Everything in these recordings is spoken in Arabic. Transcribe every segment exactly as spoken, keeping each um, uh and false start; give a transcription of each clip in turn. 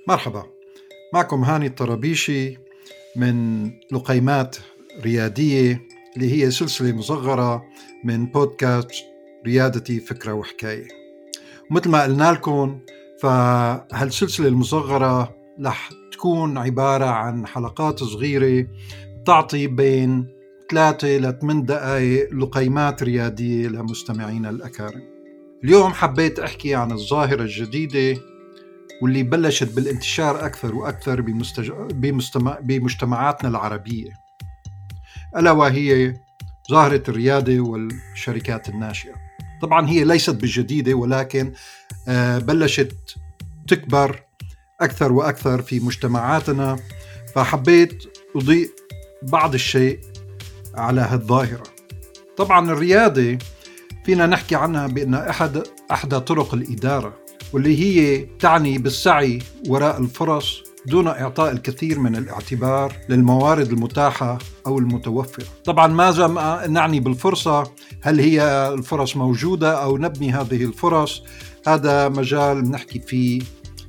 مرحبا، معكم هاني الطرابيشي من لقيمات ريادية اللي هي سلسلة مصغرة من بودكاست ريادتي فكرة وحكاية. ومثل ما قلنا لكم فهالسلسلة المصغرة رح تكون عبارة عن حلقات صغيرة تعطي بين ثلاثة لثمان دقائق لقيمات ريادية لمستمعينا الأكارم. اليوم حبيت أحكي عن الظاهرة الجديدة واللي بلشت بالانتشار أكثر وأكثر بمستج... بمستمع... بمجتمعاتنا العربية، ألا وهي ظاهرة الريادة والشركات الناشئة. طبعا هي ليست بالجديدة، ولكن بلشت تكبر أكثر وأكثر في مجتمعاتنا، فحبيت أضيء بعض الشيء على هالظاهرة. طبعا الريادة فينا نحكي عنها بأنها أحد أحدى طرق الإدارة، واللي هي تعني بالسعي وراء الفرص دون إعطاء الكثير من الاعتبار للموارد المتاحة أو المتوفرة. طبعا ماذا نعني بالفرصة؟ هل هي الفرص موجودة أو نبني هذه الفرص؟ هذا مجال نحكي فيه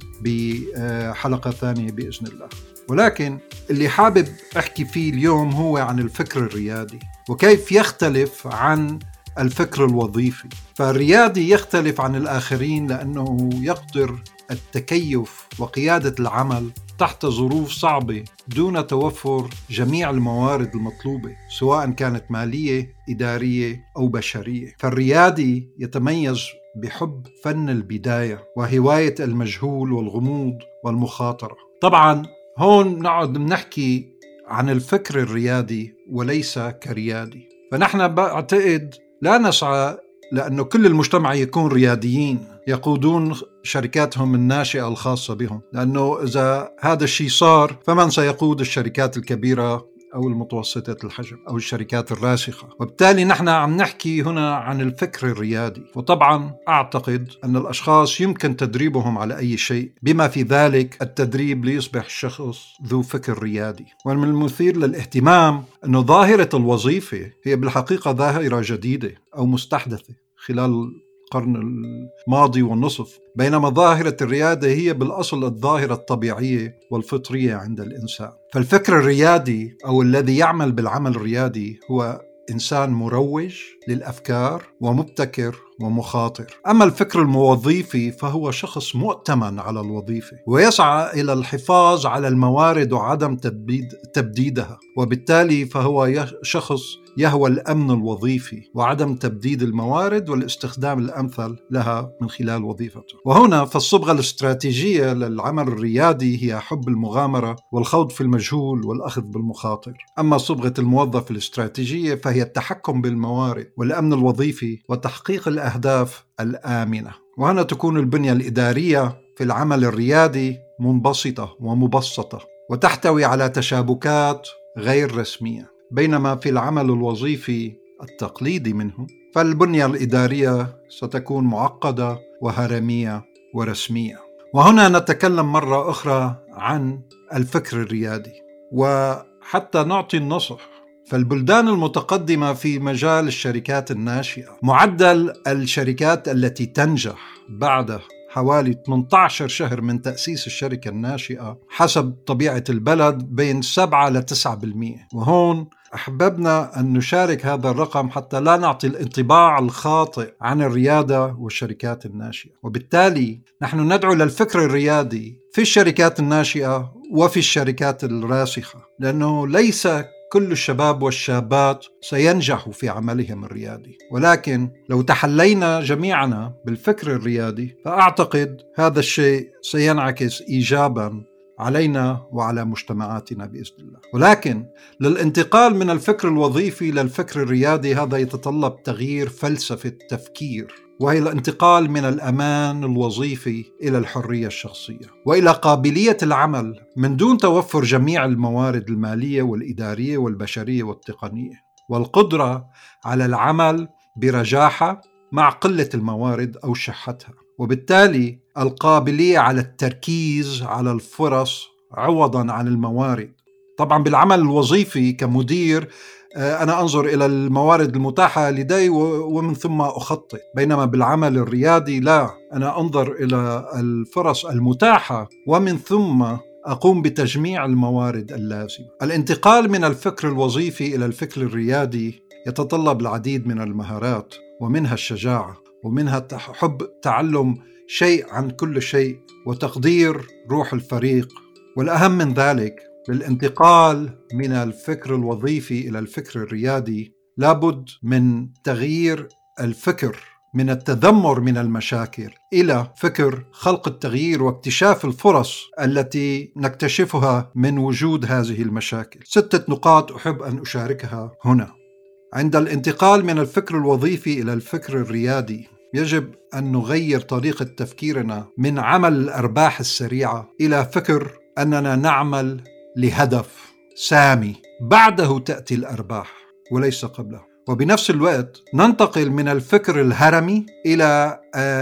بحلقة ثانية بإذن الله. ولكن اللي حابب أحكي فيه اليوم هو عن الفكر الريادي وكيف يختلف عن الفكر الوظيفي. فالريادي يختلف عن الآخرين لأنه يقدر التكيف وقيادة العمل تحت ظروف صعبة دون توفر جميع الموارد المطلوبة، سواء كانت مالية، إدارية أو بشرية. فالريادي يتميز بحب فن البداية وهواية المجهول والغموض والمخاطرة. طبعا هون نقعد نحكي عن الفكر الريادي وليس كريادي. فنحن بعتقد لا نسعى لأنه كل المجتمع يكون رياديين يقودون شركاتهم الناشئة الخاصة بهم، لأنه إذا هذا الشيء صار فمن سيقود الشركات الكبيرة أو المتوسطة الحجم أو الشركات الراسخة؟ وبالتالي نحن عم نحكي هنا عن الفكر الريادي. وطبعا أعتقد أن الأشخاص يمكن تدريبهم على أي شيء، بما في ذلك التدريب ليصبح الشخص ذو فكر ريادي. ومن المثير للاهتمام أن ظاهرة الوظيفة هي بالحقيقة ظاهرة جديدة أو مستحدثة خلال القرن الماضي والنصف، بينما ظاهرة الريادة هي بالأصل الظاهرة الطبيعية والفطرية عند الإنسان. فالفكر الريادي أو الذي يعمل بالعمل الريادي هو إنسان مروج للأفكار ومبتكر ومخاطر. أما الفكر الموظفي فهو شخص مؤتمن على الوظيفة ويسعى إلى الحفاظ على الموارد وعدم تبديد تبديدها، وبالتالي فهو شخص يهوى الأمن الوظيفي وعدم تبديد الموارد والاستخدام الأمثل لها من خلال وظيفته. وهنا فالصبغة الاستراتيجية للعمل الريادي هي حب المغامرة والخوض في المجهول والأخذ بالمخاطر. أما صبغة الموظف الاستراتيجية فهي التحكم بالموارد والأمن الوظيفي وتحقيق الأهداف الآمنة. وهنا تكون البنية الإدارية في العمل الريادي منبسطة ومبسطة وتحتوي على تشابكات غير رسمية، بينما في العمل الوظيفي التقليدي منه فالبنية الإدارية ستكون معقدة وهرمية ورسمية. وهنا نتكلم مرة أخرى عن الفكر الريادي. وحتى نعطي النصح، فالبلدان المتقدمة في مجال الشركات الناشئة معدل الشركات التي تنجح بعد حوالي ثمانية عشر شهر من تأسيس الشركة الناشئة حسب طبيعة البلد بين سبعة إلى تسعة بالمئة. وهون أحببنا أن نشارك هذا الرقم حتى لا نعطي الانطباع الخاطئ عن الريادة والشركات الناشئة. وبالتالي نحن ندعو للفكر الريادي في الشركات الناشئة وفي الشركات الراسخة، لأنه ليس كل الشباب والشابات سينجحوا في عملهم الريادي، ولكن لو تحلينا جميعنا بالفكر الريادي فأعتقد هذا الشيء سينعكس إيجابا علينا وعلى مجتمعاتنا بإذن الله. ولكن للانتقال من الفكر الوظيفي للفكر الريادي هذا يتطلب تغيير فلسفة التفكير، وهي الانتقال من الأمان الوظيفي إلى الحرية الشخصية وإلى قابلية العمل من دون توفر جميع الموارد المالية والإدارية والبشرية والتقنية، والقدرة على العمل برجاحة مع قلة الموارد أو شحتها، وبالتالي القابلية على التركيز على الفرص عوضاً عن الموارد. طبعاً بالعمل الوظيفي كمدير أنا أنظر إلى الموارد المتاحة لدي ومن ثم أخطط، بينما بالعمل الريادي لا، أنا أنظر إلى الفرص المتاحة ومن ثم أقوم بتجميع الموارد اللازمة. الانتقال من الفكر الوظيفي إلى الفكر الريادي يتطلب العديد من المهارات، ومنها الشجاعة، ومنها حب تعلم شيء عن كل شيء، وتقدير روح الفريق. والأهم من ذلك، بالانتقال من الفكر الوظيفي إلى الفكر الريادي لابد من تغيير الفكر من التذمر من المشاكل إلى فكر خلق التغيير واكتشاف الفرص التي نكتشفها من وجود هذه المشاكل. ستة نقاط أحب أن أشاركها هنا. عند الانتقال من الفكر الوظيفي إلى الفكر الريادي يجب أن نغير طريقة تفكيرنا من عمل الأرباح السريعة إلى فكر أننا نعمل لهدف سامي بعده تأتي الأرباح وليس قبله. وبنفس الوقت ننتقل من الفكر الهرمي إلى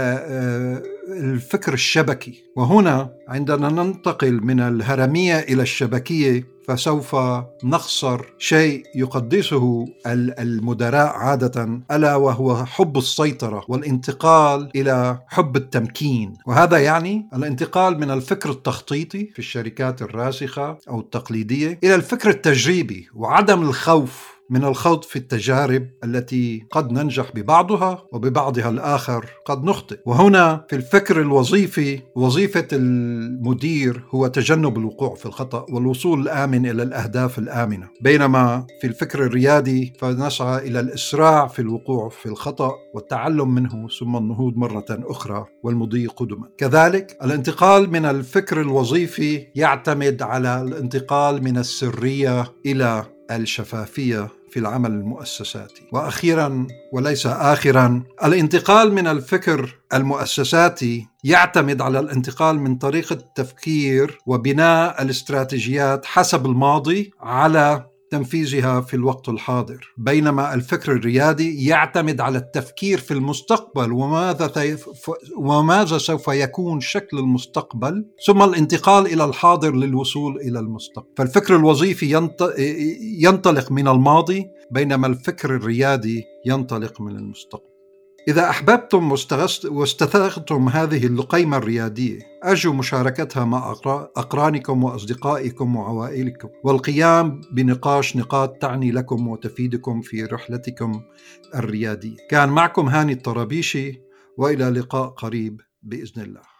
الفكر الشبكي، وهنا عندما ننتقل من الهرمية إلى الشبكية فسوف نخسر شيء يقدسه المدراء عادة، ألا وهو حب السيطرة والانتقال إلى حب التمكين. وهذا يعني الانتقال من الفكر التخطيطي في الشركات الراسخة أو التقليدية إلى الفكر التجريبي وعدم الخوف من الخوض في التجارب التي قد ننجح ببعضها وببعضها الآخر قد نخطئ. وهنا في الفكر الوظيفي وظيفة المدير هو تجنب الوقوع في الخطأ والوصول الآمن إلى الأهداف الآمنة، بينما في الفكر الريادي فنسعى إلى الإسراع في الوقوع في الخطأ والتعلم منه ثم النهوض مرة أخرى والمضي قدما. كذلك الانتقال من الفكر الوظيفي يعتمد على الانتقال من السرية إلى الشفافية في العمل المؤسساتي. وأخيرا وليس آخرا، الانتقال من الفكر المؤسساتي يعتمد على الانتقال من طريقة التفكير وبناء الاستراتيجيات حسب الماضي على تنفيذها في الوقت الحاضر، بينما الفكر الريادي يعتمد على التفكير في المستقبل وماذا وماذا سوف يكون شكل المستقبل، ثم الانتقال إلى الحاضر للوصول إلى المستقبل. فالفكر الوظيفي ينطلق من الماضي، بينما الفكر الريادي ينطلق من المستقبل. إذا أحببتم واستثغتم هذه اللقيمة الريادية، أرجو مشاركتها مع أقرانكم وأصدقائكم وعوائلكم، والقيام بنقاش نقاط تعني لكم وتفيدكم في رحلتكم الريادية. كان معكم هاني الطرابيشي، وإلى لقاء قريب بإذن الله.